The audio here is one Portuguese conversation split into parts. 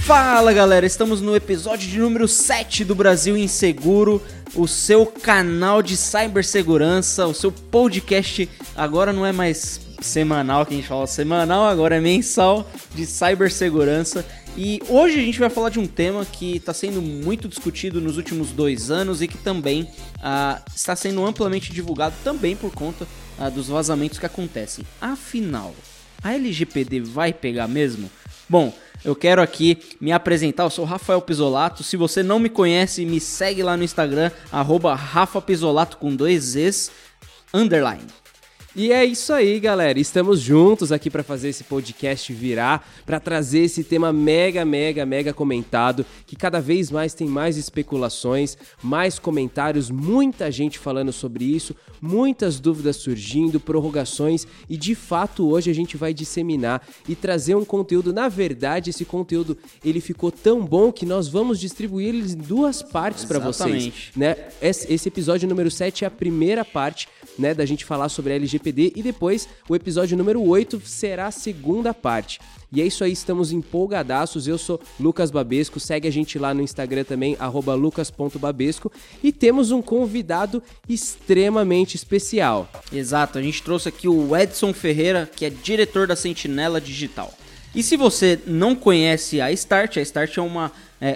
Fala galera, estamos no episódio de número 7 do Brasil Inseguro, o seu canal de cibersegurança, o seu podcast. Agora não é mais semanal que a gente fala semanal, agora é mensal de cibersegurança. E hoje a gente vai falar de um tema que está sendo muito discutido nos últimos 2 anos e que também está sendo amplamente divulgado também por conta dos vazamentos que acontecem. Afinal, a LGPD vai pegar mesmo? Bom, eu quero aqui me apresentar, eu sou o Rafael Pisolato. Se você não me conhece, me segue lá no Instagram, @RafaPisolato com 2 Zs, _. E é isso aí, galera. Estamos juntos aqui para fazer esse podcast virar, para trazer esse tema mega comentado, que cada vez mais tem mais especulações, mais comentários, muita gente falando sobre isso, muitas dúvidas surgindo, prorrogações, e de fato hoje a gente vai disseminar e trazer um conteúdo. Na verdade, esse conteúdo ele ficou tão bom que nós vamos distribuir ele em 2 partes para vocês, né? Esse episódio número 7 é a primeira parte, né, da gente falar sobre a LGPD, e depois o episódio número 8 será a segunda parte. E é isso aí, estamos empolgadaços. Eu sou Lucas Babesco, segue a gente lá no Instagram também, @lucas.babesco, e temos um convidado extremamente especial. Exato, a gente trouxe aqui o Edson Ferreira, que é diretor da Sentinela Digital. E se você não conhece a Start é uma...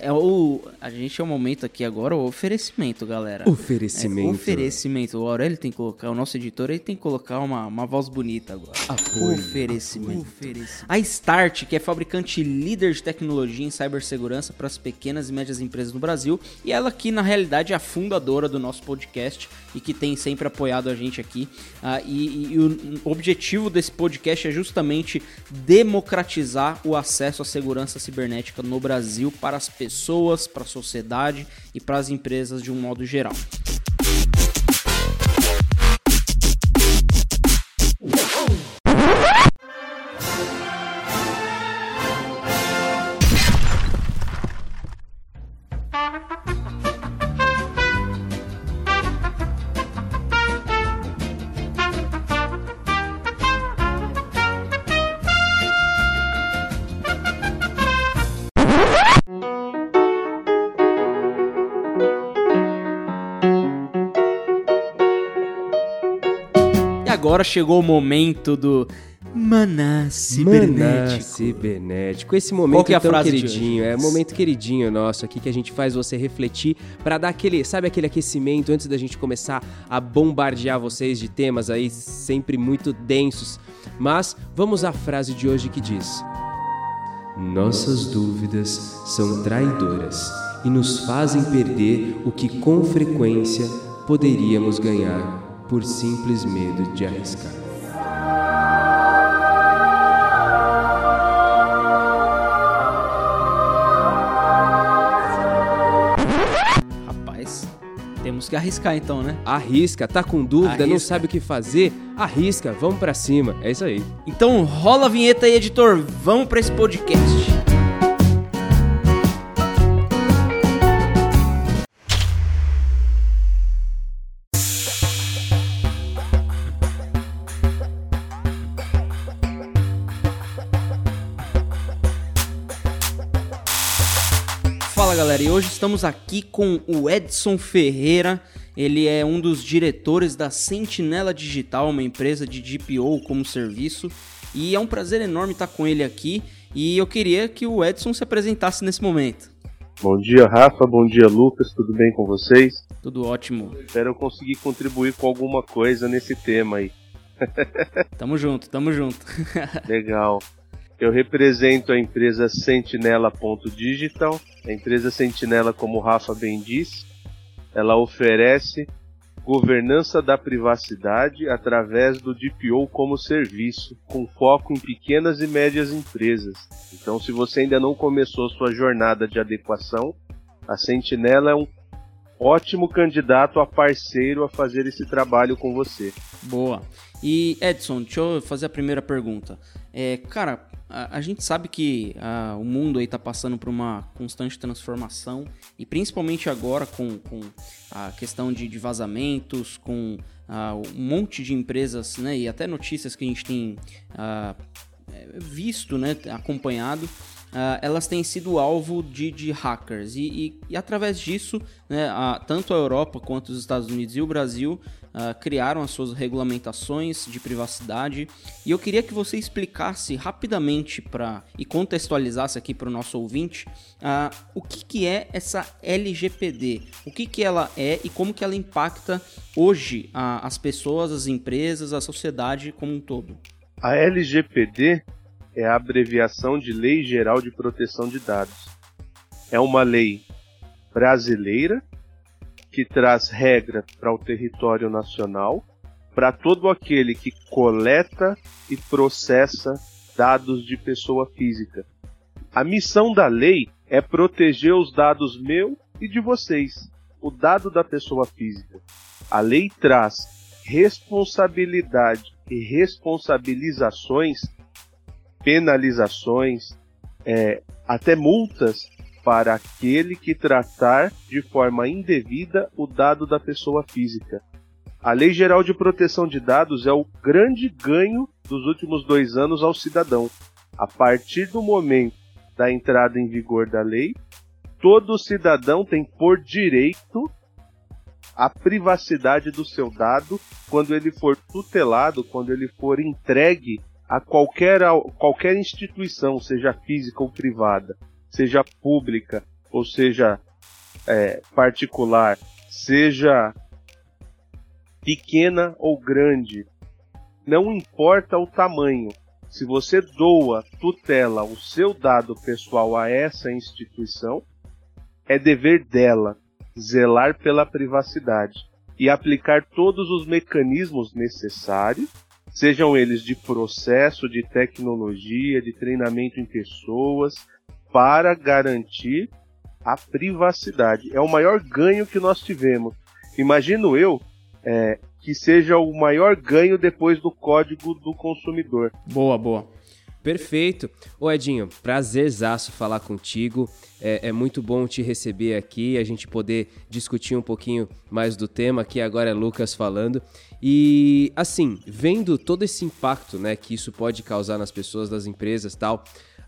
a gente é o momento aqui agora, o oferecimento, galera. Oferecimento. O Aurélio tem que colocar, o nosso editor, ele tem que colocar uma voz bonita agora. Oferecimento. A Start, que é fabricante líder de tecnologia em cibersegurança para as pequenas e médias empresas no Brasil, e ela que na realidade é a fundadora do nosso podcast e que tem sempre apoiado a gente aqui. E o objetivo desse podcast é justamente democratizar o acesso à segurança cibernética no Brasil para as pessoas, para a sociedade e para as empresas de um modo geral. Agora chegou o momento do Maná Cibernético. Esse momento que é a tão frase queridinho, é um momento queridinho nosso aqui, que a gente faz você refletir para dar aquele aquecimento antes da gente começar a bombardear vocês de temas aí sempre muito densos. Mas vamos à frase de hoje que diz: nossas dúvidas são traidoras e nos fazem perder o que com frequência poderíamos ganhar por simples medo de arriscar. Rapaz, temos que arriscar então, né? Arrisca, tá com dúvida, não sabe o que fazer? Arrisca, vamos pra cima, é isso aí. Então rola a vinheta aí, editor, vamos pra esse podcast. Fala galera, e hoje estamos aqui com o Edson Ferreira. Ele é um dos diretores da Sentinela Digital, uma empresa de DPO como serviço, e é um prazer enorme estar com ele aqui, e eu queria que o Edson se apresentasse nesse momento. Bom dia, Rafa, bom dia, Lucas, tudo bem com vocês? Tudo ótimo. Espero eu conseguir contribuir com alguma coisa nesse tema aí. Tamo junto. Legal. Eu represento a empresa Sentinela.digital. A empresa Sentinela, como o Rafa bem disse, ela oferece governança da privacidade através do DPO como serviço, com foco em pequenas e médias empresas. Então, se você ainda não começou sua jornada de adequação, a Sentinela é um ótimo candidato a parceiro a fazer esse trabalho com você. Boa. E Edson, deixa eu fazer a primeira pergunta. Cara, a gente sabe que o mundo aí tá passando por uma constante transformação, e principalmente agora com a questão de vazamentos, com um monte de empresas, né, e até notícias que a gente tem visto, né, acompanhado. elas têm sido alvo de hackers. E através disso, né, tanto a Europa quanto os Estados Unidos e o Brasil criaram as suas regulamentações de privacidade. E eu queria que você explicasse rapidamente e contextualizasse aqui para o nosso ouvinte o que é essa LGPD, o que ela é e como que ela impacta hoje as pessoas, as empresas, a sociedade como um todo. A LGPD é a abreviação de Lei Geral de Proteção de Dados. É uma lei brasileira que traz regra para o território nacional, para todo aquele que coleta e processa dados de pessoa física. A missão da lei é proteger os dados meu e de vocês, o dado da pessoa física. A lei traz responsabilidade e responsabilizações, penalizações, até multas para aquele que tratar de forma indevida o dado da pessoa física. A Lei Geral de Proteção de Dados é o grande ganho dos últimos 2 anos ao cidadão. A partir do momento da entrada em vigor da lei, todo cidadão tem por direito a privacidade do seu dado quando ele for tutelado, quando ele for entregue a qualquer instituição, seja física ou privada, seja pública ou seja particular, seja pequena ou grande. Não importa o tamanho. Se você doa, tutela o seu dado pessoal a essa instituição, é dever dela zelar pela privacidade e aplicar todos os mecanismos necessários, sejam eles de processo, de tecnologia, de treinamento em pessoas, para garantir a privacidade. É o maior ganho que nós tivemos. Imagino eu que seja o maior ganho depois do Código do Consumidor. Boa. Perfeito. Ô Edinho, prazerzaço falar contigo. É muito bom te receber aqui, a gente poder discutir um pouquinho mais do tema, que agora é Lucas falando. E, assim, vendo todo esse impacto, né, que isso pode causar nas pessoas, das empresas e tal,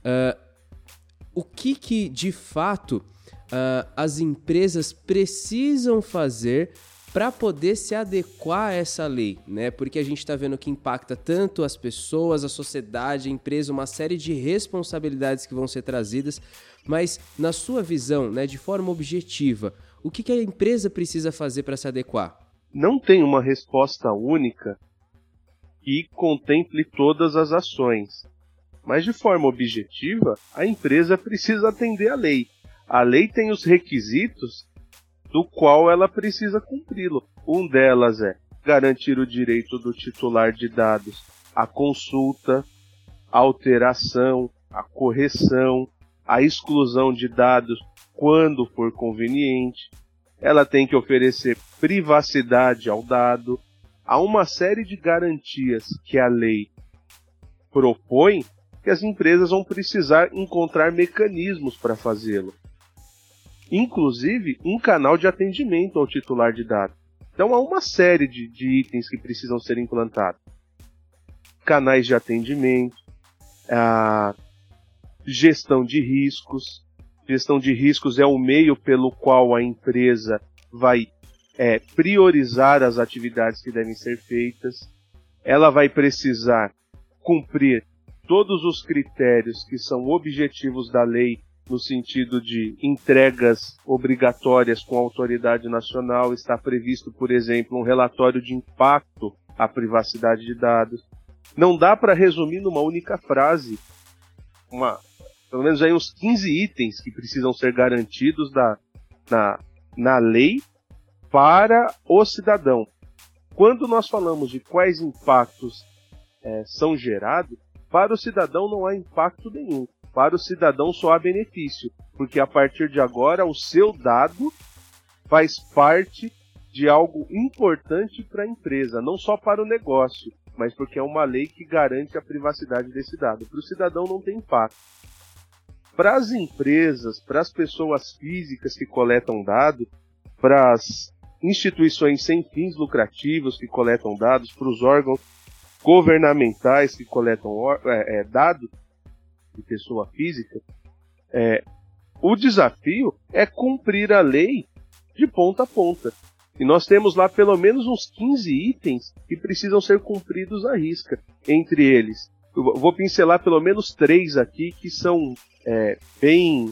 o que de fato as empresas precisam fazer para poder se adequar a essa lei, né? Porque a gente está vendo que impacta tanto as pessoas, a sociedade, a empresa, uma série de responsabilidades que vão ser trazidas, mas na sua visão, né, de forma objetiva, o que a empresa precisa fazer para se adequar? Não tem uma resposta única que contemple todas as ações, mas de forma objetiva, a empresa precisa atender à lei. A lei tem os requisitos do qual ela precisa cumpri-lo. Um delas é garantir o direito do titular de dados à consulta, à alteração, à correção, à exclusão de dados quando for conveniente. Ela tem que oferecer privacidade ao dado. Há uma série de garantias que a lei propõe que as empresas vão precisar encontrar mecanismos para fazê-lo. Inclusive, um canal de atendimento ao titular de dados. Então, há uma série de itens que precisam ser implantados. Canais de atendimento, gestão de riscos. Gestão de riscos é o meio pelo qual a empresa vai priorizar as atividades que devem ser feitas. Ela vai precisar cumprir todos os critérios que são objetivos da lei, no sentido de entregas obrigatórias com a autoridade nacional. Está previsto, por exemplo, um relatório de impacto à privacidade de dados. Não dá para resumir numa única frase, pelo menos aí uns 15 itens que precisam ser garantidos na lei para o cidadão. Quando nós falamos de quais impactos são gerados, para o cidadão não há impacto nenhum. Para o cidadão só há benefício, porque a partir de agora o seu dado faz parte de algo importante para a empresa, não só para o negócio, mas porque é uma lei que garante a privacidade desse dado. Para o cidadão não tem impacto. Para as empresas, para as pessoas físicas que coletam dados, para as instituições sem fins lucrativos que coletam dados, para os órgãos governamentais que coletam dados de pessoa física, O desafio é cumprir a lei de ponta a ponta. E nós temos lá pelo menos uns 15 itens que precisam ser cumpridos à risca. Entre eles, eu vou pincelar pelo menos 3 aqui que são bem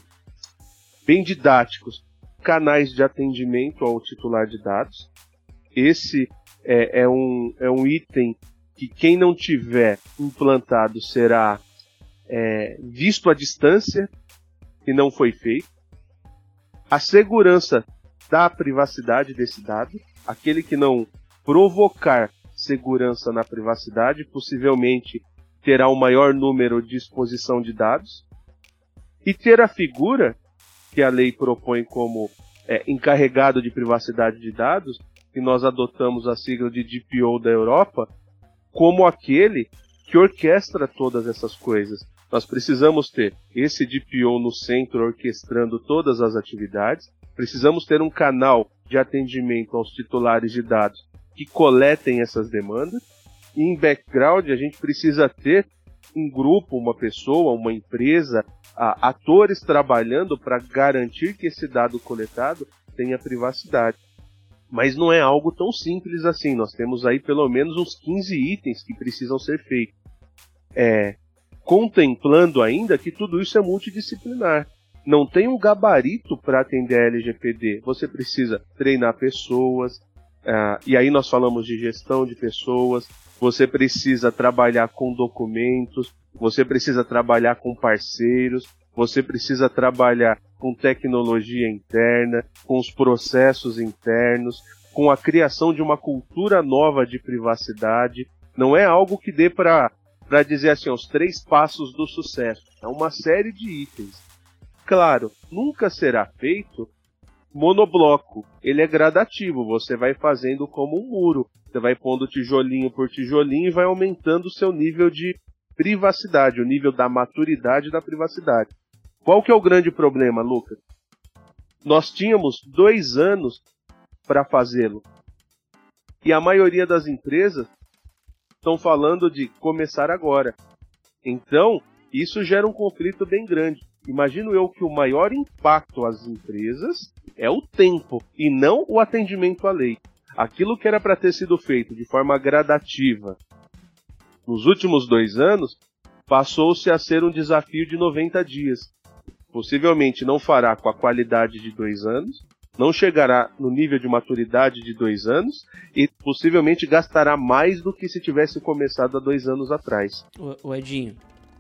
didáticos. Canais de atendimento ao titular de dados. Esse é um item que quem não tiver implantado será visto à distância e não foi feito. A segurança da privacidade desse dado. Aquele que não provocar segurança na privacidade possivelmente terá um maior número de exposição de dados. E ter a figura que a lei propõe como encarregado de privacidade de dados, que nós adotamos a sigla de DPO da Europa, como aquele que orquestra todas essas coisas. Nós precisamos ter esse DPO no centro orquestrando todas as atividades, precisamos ter um canal de atendimento aos titulares de dados que coletem essas demandas, e em background a gente precisa ter um grupo, uma pessoa, uma empresa, atores trabalhando para garantir que esse dado coletado tenha privacidade. Mas não é algo tão simples assim, nós temos aí pelo menos uns 15 itens que precisam ser feitos. Contemplando ainda que tudo isso é multidisciplinar. Não tem um gabarito para atender a LGPD. Você precisa treinar pessoas, e aí nós falamos de gestão de pessoas, você precisa trabalhar com documentos, você precisa trabalhar com parceiros, você precisa trabalhar com tecnologia interna, com os processos internos, com a criação de uma cultura nova de privacidade. Não é algo que dê para dizer assim, os 3 passos do sucesso. É uma série de itens. Claro, nunca será feito monobloco. Ele é gradativo, você vai fazendo como um muro. Você vai pondo tijolinho por tijolinho e vai aumentando o seu nível de privacidade, o nível da maturidade da privacidade. Qual que é o grande problema, Lucas? Nós tínhamos 2 anos para fazê-lo. E a maioria das empresas estão falando de começar agora. Então, isso gera um conflito bem grande. Imagino eu que o maior impacto às empresas é o tempo e não o atendimento à lei. Aquilo que era para ter sido feito de forma gradativa nos últimos 2 anos, passou-se a ser um desafio de 90 dias. Possivelmente não fará com a qualidade de 2 anos, não chegará no nível de maturidade de 2 anos e possivelmente gastará mais do que se tivesse começado há 2 anos atrás. O Edinho,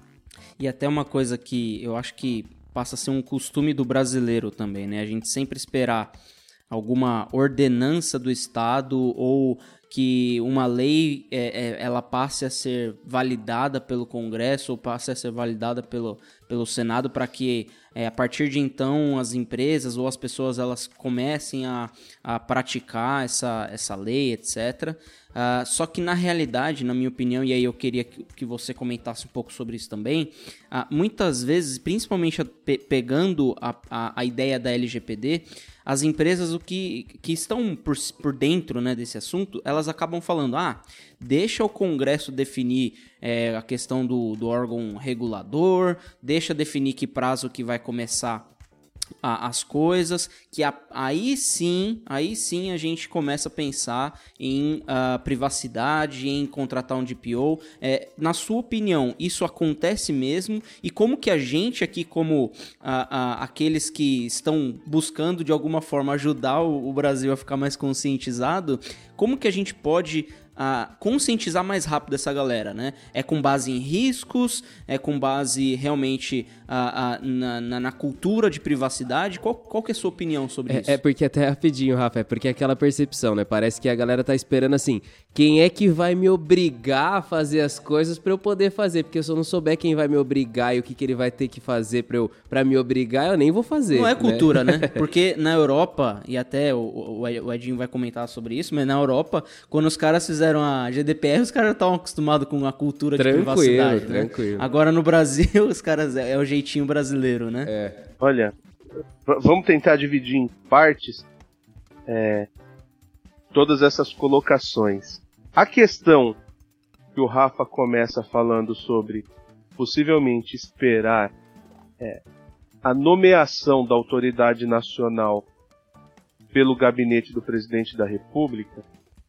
e até uma coisa que eu acho que passa a ser um costume do brasileiro também, né? A gente sempre esperar alguma ordenança do Estado ou que uma lei ela passe a ser validada pelo Congresso ou passe a ser validada pelo Senado para que a partir de então as empresas ou as pessoas elas comecem a praticar essa lei, etc. Só que na realidade, na minha opinião, e aí eu queria que você comentasse um pouco sobre isso também, muitas vezes, principalmente pegando a ideia da LGPD, as empresas que estão por dentro, né, desse assunto, elas acabam falando, deixa o Congresso definir a questão do órgão regulador, deixa definir que prazo que vai começar as coisas, que aí sim a gente começa a pensar em privacidade, em contratar um DPO. Na sua opinião, isso acontece mesmo? E como que a gente aqui, como aqueles que estão buscando de alguma forma ajudar o Brasil a ficar mais conscientizado, como que a gente pode conscientizar mais rápido essa galera, né? É com base em riscos? É com base realmente na cultura de privacidade? Qual que é a sua opinião sobre isso? Porque até rapidinho, Rafa, porque é aquela percepção, né? Parece que a galera tá esperando assim, quem é que vai me obrigar a fazer as coisas pra eu poder fazer? Porque se eu não souber quem vai me obrigar e o que ele vai ter que fazer pra me obrigar, eu nem vou fazer. Não é cultura, né? Porque na Europa, e até o Edinho vai comentar sobre isso, mas na Europa, quando os caras fizeram a GDPR, os caras estavam acostumados com a cultura de privacidade, né? Tranquilo. Agora no Brasil, os caras é o jeitinho brasileiro, né? Olha, vamos tentar dividir em partes todas essas colocações. A questão que o Rafa começa falando sobre possivelmente esperar a nomeação da autoridade nacional pelo gabinete do presidente da República,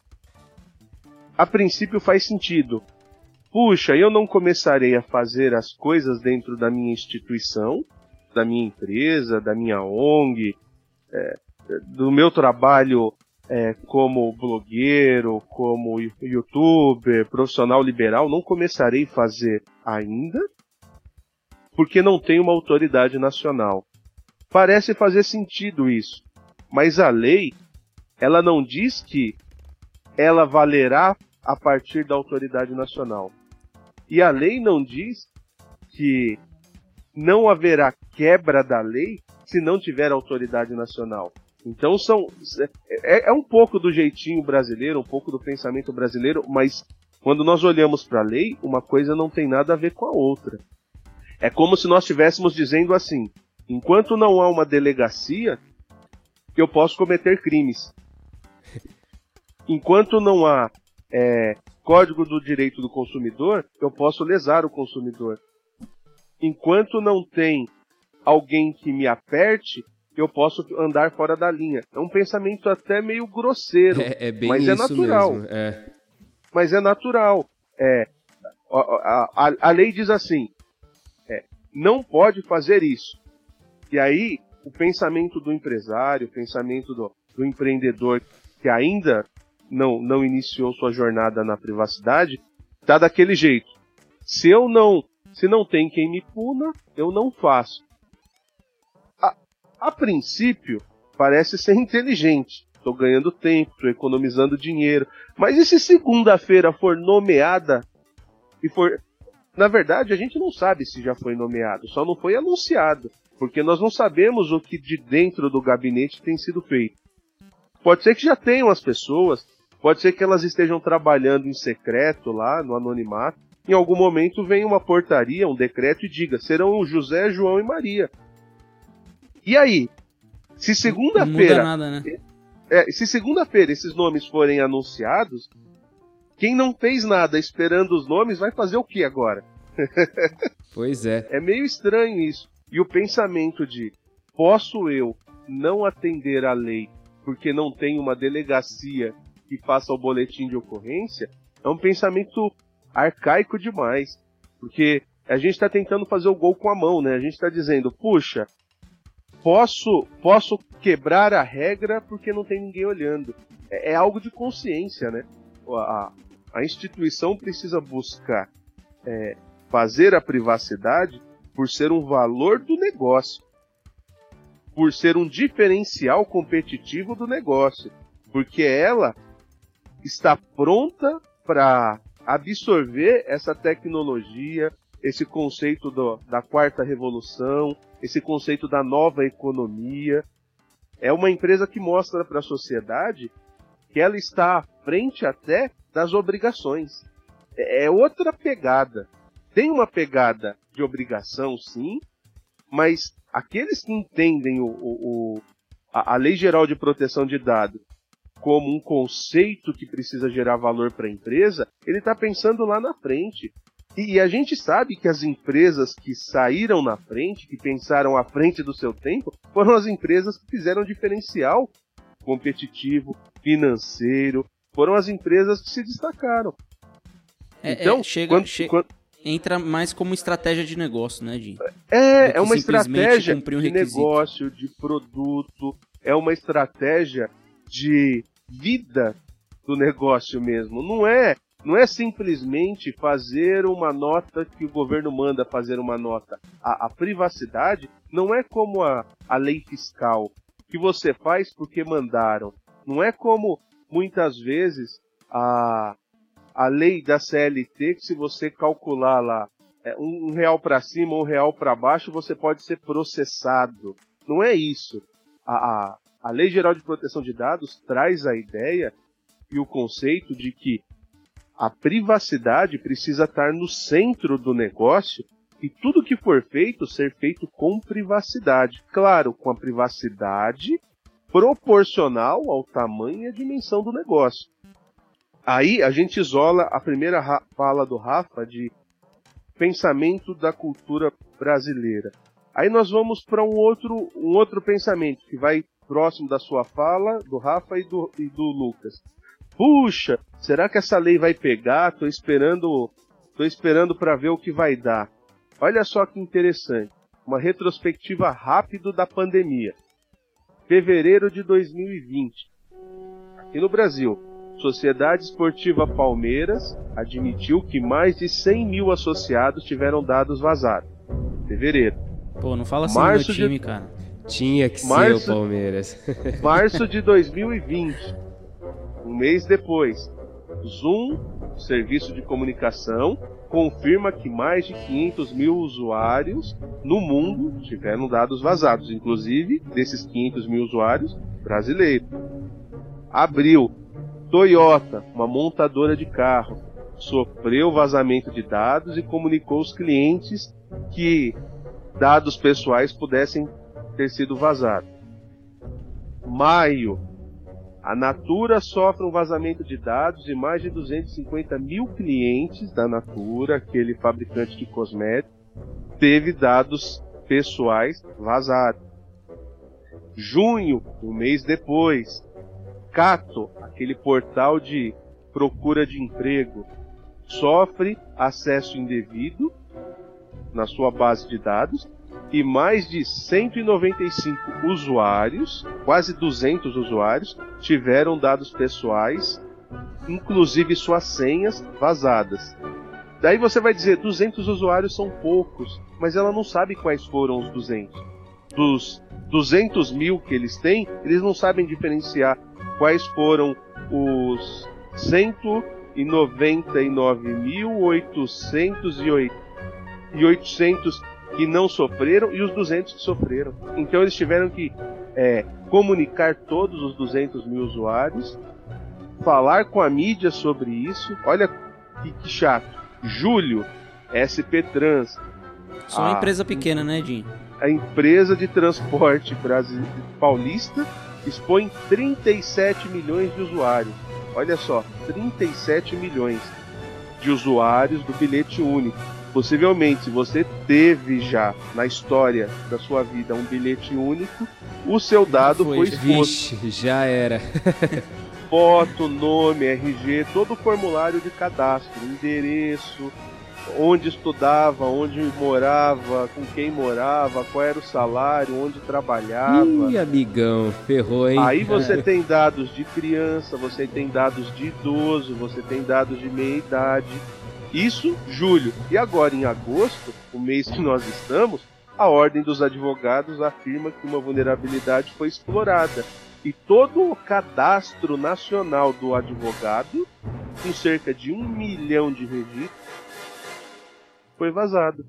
a princípio faz sentido. Puxa, eu não começarei a fazer as coisas dentro da minha instituição, da minha empresa, da minha ONG, do meu trabalho como blogueiro, como youtuber, profissional liberal, não começarei a fazer ainda, porque não tem uma autoridade nacional. Parece fazer sentido isso, mas a lei, ela não diz que ela valerá a partir da autoridade nacional. E a lei não diz que não haverá quebra da lei se não tiver autoridade nacional. Então é um pouco do jeitinho brasileiro, um pouco do pensamento brasileiro, mas quando nós olhamos para a lei, uma coisa não tem nada a ver com a outra. É como se nós estivéssemos dizendo assim, enquanto não há uma delegacia, eu posso cometer crimes. Enquanto não há Código do Direito do Consumidor, eu posso lesar o consumidor. Enquanto não tem alguém que me aperte, eu posso andar fora da linha. É um pensamento até meio grosseiro, bem mas é natural. Mesmo, Mas é natural. A lei diz assim, não pode fazer isso. E aí, o pensamento do empresário, o pensamento do empreendedor que ainda não iniciou sua jornada na privacidade, tá daquele jeito. Se não tem quem me puna, eu não faço. A princípio, parece ser inteligente. Estou ganhando tempo, estou economizando dinheiro. Mas e se segunda-feira for nomeada e for... Na verdade, a gente não sabe se já foi nomeado, só não foi anunciado. Porque nós não sabemos o que de dentro do gabinete tem sido feito. Pode ser que já tenham as pessoas, pode ser que elas estejam trabalhando em secreto lá, no anonimato. Em algum momento vem uma portaria, um decreto e diga, serão José, João e Maria. E aí? Se segunda-feira... Não muda nada, né? Se segunda-feira esses nomes forem anunciados, quem não fez nada esperando os nomes vai fazer o que agora? Pois é. É meio estranho isso. E o pensamento de, posso eu não atender à lei porque não tem uma delegacia que faça o boletim de ocorrência, é um pensamento arcaico demais. Porque a gente está tentando fazer o gol com a mão, né? A gente está dizendo, puxa, posso quebrar a regra porque não tem ninguém olhando. É algo de consciência, né? A instituição precisa buscar fazer a privacidade por ser um valor do negócio, por ser um diferencial competitivo do negócio, porque ela está pronta para absorver essa tecnologia, esse conceito da quarta revolução, esse conceito da nova economia. É uma empresa que mostra para a sociedade que ela está à frente até das obrigações. É outra pegada. Tem uma pegada de obrigação, sim, mas aqueles que entendem a Lei Geral de Proteção de Dados como um conceito que precisa gerar valor para a empresa, ele está pensando lá na frente. E a gente sabe que as empresas que saíram na frente, que pensaram à frente do seu tempo, foram as empresas que fizeram diferencial competitivo, financeiro, foram as empresas que se destacaram. Então, entra mais como estratégia de negócio, né, Jim? É uma estratégia de negócio, de produto, é uma estratégia de vida do negócio mesmo. Não é simplesmente fazer uma nota que o governo manda fazer uma nota. A privacidade não é como a lei fiscal, que você faz porque mandaram. Não é como, muitas vezes, a lei da CLT, que se você calcular lá R$1 para cima, R$1 para baixo, você pode ser processado. Não é isso. A Lei Geral de Proteção de Dados traz a ideia e o conceito de que a privacidade precisa estar no centro do negócio e tudo que for feito ser feito com privacidade. Claro, com a privacidade proporcional ao tamanho e à dimensão do negócio. Aí a gente isola a primeira fala do Rafa de pensamento da cultura brasileira. Aí nós vamos para um outro pensamento que vai próximo da sua fala, do Rafa e do Lucas. Puxa, será que essa lei vai pegar? Tô esperando para ver o que vai dar. Olha só que interessante. Uma retrospectiva rápida da pandemia. Fevereiro de 2020. Aqui no Brasil, Sociedade Esportiva Palmeiras admitiu que mais de 100 mil associados tiveram dados vazados. Fevereiro. Pô, não fala assim do meu time, cara. Tinha que ser o Palmeiras. Março de 2020. Um mês depois. Zoom, serviço de comunicação, confirma que mais de 500 mil usuários no mundo tiveram dados vazados. Inclusive, desses 500 mil usuários, brasileiros. Abril. Toyota, uma montadora de carro, sofreu vazamento de dados e comunicou aos clientes que dados pessoais pudessem ter sido vazados. Maio, a Natura sofre um vazamento de dados de mais de 250 mil clientes da Natura, aquele fabricante de cosméticos, teve dados pessoais vazados. Junho, um mês depois, Cato, aquele portal de procura de emprego, sofre acesso indevido na sua base de dados e mais de 195 usuários, quase 200 usuários, tiveram dados pessoais, inclusive suas senhas, vazadas. Daí você vai dizer, 200 usuários são poucos, mas ela não sabe quais foram os 200. Dos 200 mil que eles têm, eles não sabem diferenciar quais foram os 199.800 que não sofreram e os 200 que sofreram. Então eles tiveram que comunicar todos os 200 mil usuários, falar com a mídia sobre isso. Olha que chato. Julho, SP Trans. Só uma empresa pequena, né, Dinho? A empresa de transporte paulista expõe 37 milhões de usuários. Olha só, 37 milhões de usuários do bilhete único. Possivelmente, se você teve já na história da sua vida um bilhete único, o seu dado foi exposto. Vixe, já era. Foto, nome, RG, todo o formulário de cadastro, endereço, onde estudava, onde morava, com quem morava, qual era o salário, onde trabalhava. Ih, amigão, ferrou, hein? Aí você tem dados de criança, você tem dados de idoso, você tem dados de meia-idade. Isso, julho. E agora, em agosto, o mês que nós estamos, a Ordem dos Advogados afirma que uma vulnerabilidade foi explorada. E todo o cadastro nacional do advogado, com cerca de 1 milhão de registros, foi vazado.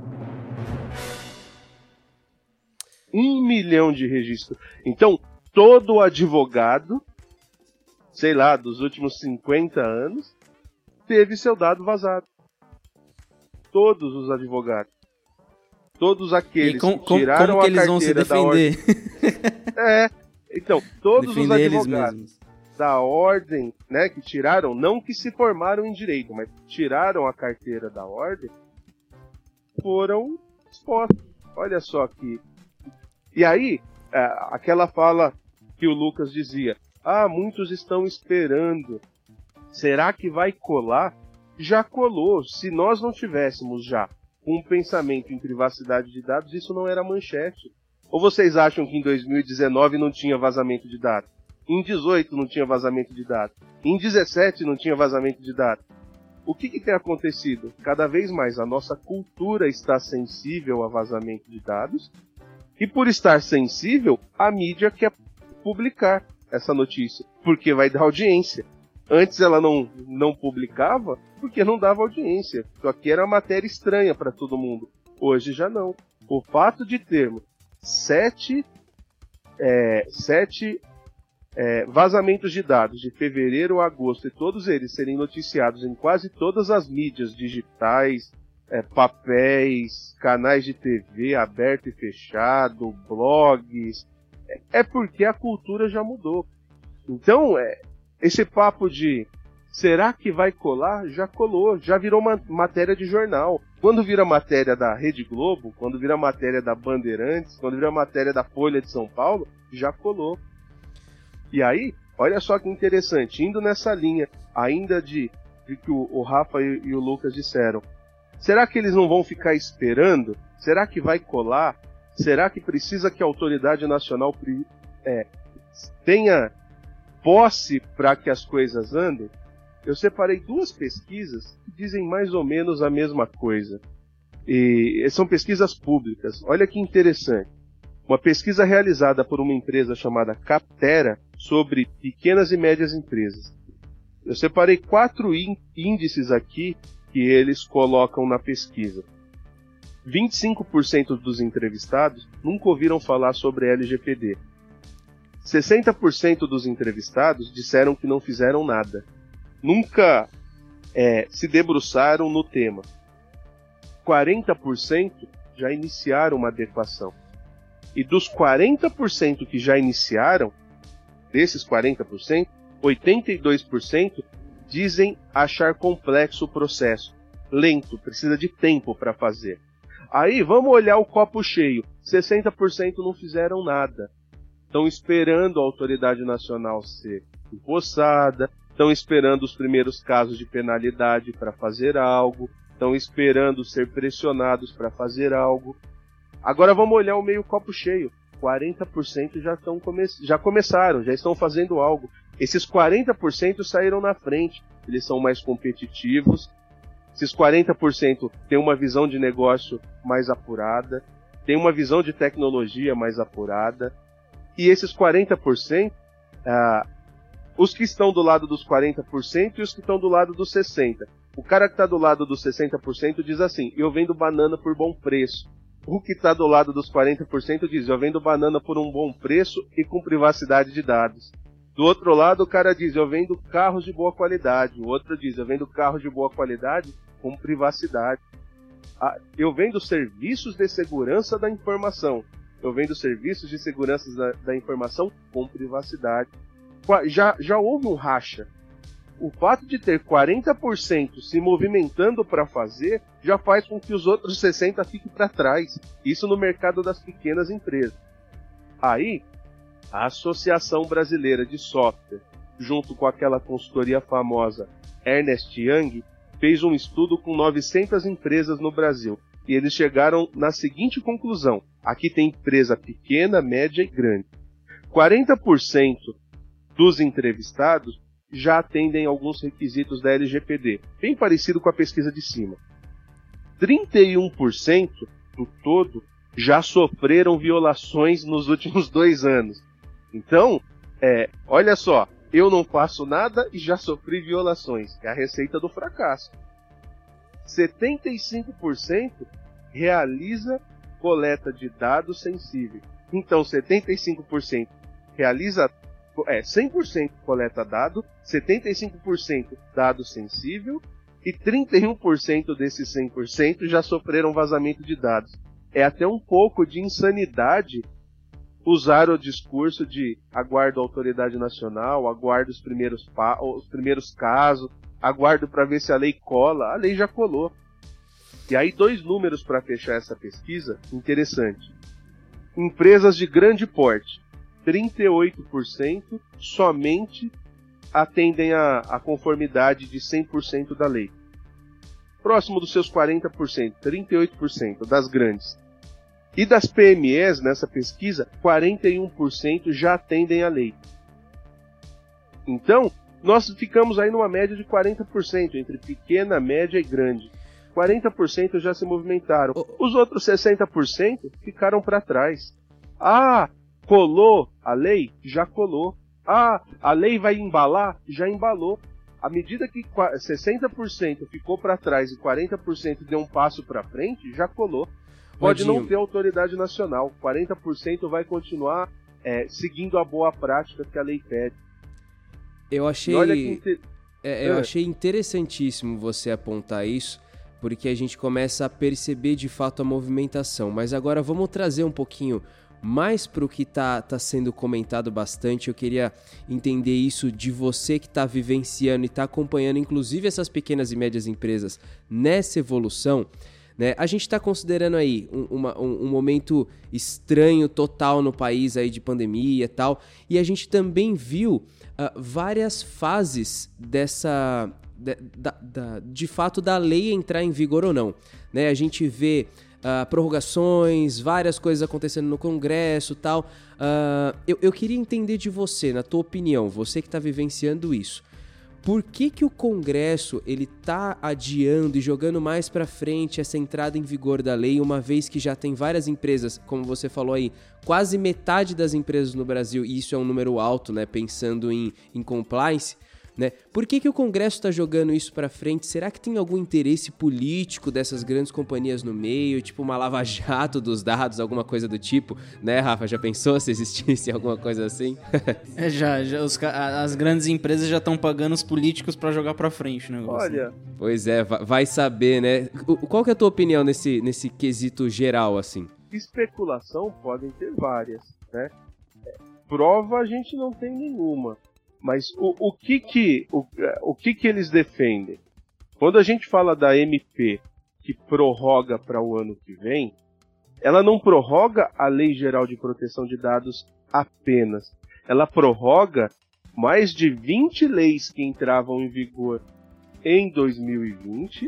1 milhão de registros. Então, todo advogado, sei lá, dos últimos 50 anos, teve seu dado vazado. Todos os advogados. Todos aqueles que tiraram como que a eles vão se carteira da ordem. Então, todos os advogados da ordem, né, que tiraram, não que se formaram em direito, mas tiraram a carteira da ordem, foram expostos. Olha só que... E aí, aquela fala que o Lucas dizia, muitos estão esperando, será que vai colar? Já colou. Se nós não tivéssemos já um pensamento em privacidade de dados, isso não era manchete. Ou vocês acham que em 2019 não tinha vazamento de dados? Em 2018 não tinha vazamento de dados? Em 2017 não tinha vazamento de dados? O que tem acontecido? Cada vez mais a nossa cultura está sensível a vazamento de dados, e por estar sensível, a mídia quer publicar essa notícia, porque vai dar audiência. Antes ela não publicava porque não dava audiência. Só que era matéria estranha para todo mundo. Hoje já não. O fato de termos 7 vazamentos de dados de fevereiro a agosto e todos eles serem noticiados em quase todas as mídias digitais, papéis, canais de TV aberto e fechado, blogs, é porque a cultura já mudou. Então, esse papo de será que vai colar? Já colou, já virou uma matéria de jornal. quando vira matéria da Rede Globo, quando vira matéria da Bandeirantes, quando vira matéria da Folha de São Paulo, já colou. E aí, olha só que interessante, indo nessa linha ainda de que o Rafa e o Lucas disseram, será que eles não vão ficar esperando? Será que vai colar? Será que precisa que a autoridade nacional tenha posse para que as coisas andem? Eu separei 2 pesquisas que dizem mais ou menos a mesma coisa. E são pesquisas públicas. Olha que interessante. Uma pesquisa realizada por uma empresa chamada Captera sobre pequenas e médias empresas. Eu separei 4 índices aqui que eles colocam na pesquisa. 25% dos entrevistados nunca ouviram falar sobre LGPD. 60% dos entrevistados disseram que não fizeram nada. Nunca se debruçaram no tema. 40% já iniciaram uma adequação. E dos 40% que já iniciaram, desses 40%, 82% dizem achar complexo o processo, lento, precisa de tempo para fazer. Aí vamos olhar o copo cheio, 60% não fizeram nada. Estão esperando a autoridade nacional ser empossada, estão esperando os primeiros casos de penalidade para fazer algo, estão esperando ser pressionados para fazer algo. Agora vamos olhar o meio copo cheio. 40% já começaram, já estão fazendo algo. Esses 40% saíram na frente, eles são mais competitivos. Esses 40% têm uma visão de negócio mais apurada, têm uma visão de tecnologia mais apurada. E esses 40%, os que estão do lado dos 40% e os que estão do lado dos 60%. O cara que está do lado dos 60% diz assim, eu vendo banana por bom preço. O que está do lado dos 40% diz, eu vendo banana por um bom preço e com privacidade de dados. Do outro lado, o cara diz, eu vendo carros de boa qualidade. O outro diz, eu vendo carros de boa qualidade com privacidade. Eu vendo serviços de segurança da informação. Eu vendo serviços de segurança da informação com privacidade. Já houve um racha. O fato de ter 40% se movimentando para fazer já faz com que os outros 60% fiquem para trás. Isso no mercado das pequenas empresas. Aí, a Associação Brasileira de Software, junto com aquela consultoria famosa Ernst Young, fez um estudo com 900 empresas no Brasil. E eles chegaram na seguinte conclusão. Aqui tem empresa pequena, média e grande. 40% dos entrevistados já atendem alguns requisitos da LGPD, bem parecido com a pesquisa de cima. 31% do todo já sofreram violações nos últimos 2 anos. Então, olha só, eu não faço nada e já sofri violações. É a receita do fracasso. 75% realiza coleta de dados sensíveis. Então, 75% realiza 100% coleta dado, 75% dado sensível e 31% desses 100% já sofreram vazamento de dados. É até um pouco de insanidade usar o discurso de aguardo a autoridade nacional, aguardo os primeiros casos, aguardo para ver se a lei cola. A lei já colou. E aí 2 números para fechar essa pesquisa, interessante. Empresas de grande porte, 38% somente atendem a conformidade de 100% da lei. Próximo dos seus 40%, 38% das grandes. E das PMEs, nessa pesquisa, 41% já atendem a lei. Então, nós ficamos aí numa média de 40%, entre pequena, média e grande. 40% já se movimentaram. Os outros 60% ficaram para trás. Colou a lei? Já colou. A lei vai embalar? Já embalou. À medida que 60% ficou para trás e 40% deu um passo para frente, já colou. Pode não ter autoridade nacional. 40% vai continuar seguindo a boa prática que a lei pede. Eu achei interessantíssimo você apontar isso, porque a gente começa a perceber de fato a movimentação. Mas agora vamos trazer um pouquinho mais para o que tá sendo comentado bastante. Eu queria entender isso de você que está vivenciando e está acompanhando, inclusive essas pequenas e médias empresas nessa evolução. né? A gente está considerando aí um momento estranho total no país aí de pandemia e tal, e a gente também viu várias fases de fato da lei entrar em vigor ou não, né? A gente vê prorrogações, várias coisas acontecendo no Congresso e tal. Eu queria entender de você, na tua opinião, você que está vivenciando isso. Por que o Congresso ele tá adiando e jogando mais para frente essa entrada em vigor da lei, uma vez que já tem várias empresas, como você falou aí, quase metade das empresas no Brasil, e isso é um número alto, né, pensando em compliance, né? Por que o Congresso está jogando isso para frente? Será que tem algum interesse político dessas grandes companhias no meio, tipo uma lava-jato dos dados, alguma coisa do tipo, né, Rafa? Já pensou se existisse alguma coisa assim? Já as grandes empresas já estão pagando os políticos para jogar para frente o negócio. Olha... Pois é, vai saber, né? Qual que é a tua opinião nesse quesito geral, assim? Especulação podem ter várias, né? Prova a gente não tem nenhuma. Mas o que eles defendem? Quando a gente fala da MP que prorroga para o ano que vem, ela não prorroga a Lei Geral de Proteção de Dados apenas. Ela prorroga mais de 20 leis que entravam em vigor em 2020.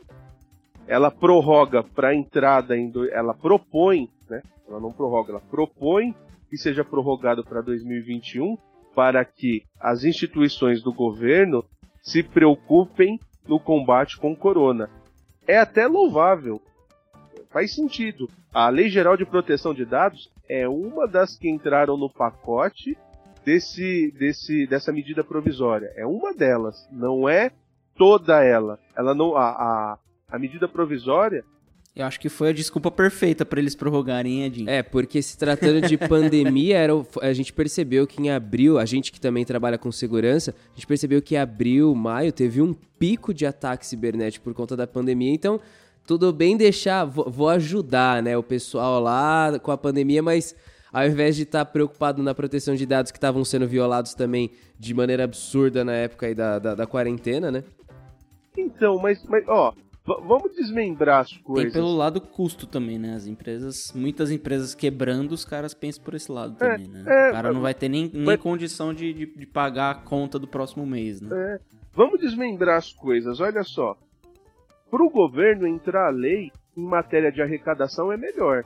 Ela prorroga para a entrada ela propõe, né? Ela não prorroga, ela propõe que seja prorrogado para 2021, para que as instituições do governo se preocupem no combate com o corona. É até louvável, faz sentido. A Lei Geral de Proteção de Dados é uma das que entraram no pacote dessa medida provisória. É uma delas, não é toda ela. Ela não, a medida provisória... Eu acho que foi a desculpa perfeita para eles prorrogarem, Edinho. Porque se tratando de pandemia, a gente percebeu que em abril, a gente que também trabalha com segurança, a gente percebeu que em abril, maio, teve um pico de ataque cibernético por conta da pandemia. Então, tudo bem deixar, vou ajudar, né, o pessoal lá com a pandemia, mas ao invés de estar preocupado na proteção de dados que estavam sendo violados também de maneira absurda na época aí da quarentena, né? Então, mas ó... Vamos desmembrar as coisas. Tem pelo lado custo também, né? Muitas empresas quebrando, os caras pensam por esse lado também, né? O cara não vai ter nem condição de pagar a conta do próximo mês, né? Vamos desmembrar as coisas, olha só. Para o governo entrar a lei em matéria de arrecadação é melhor.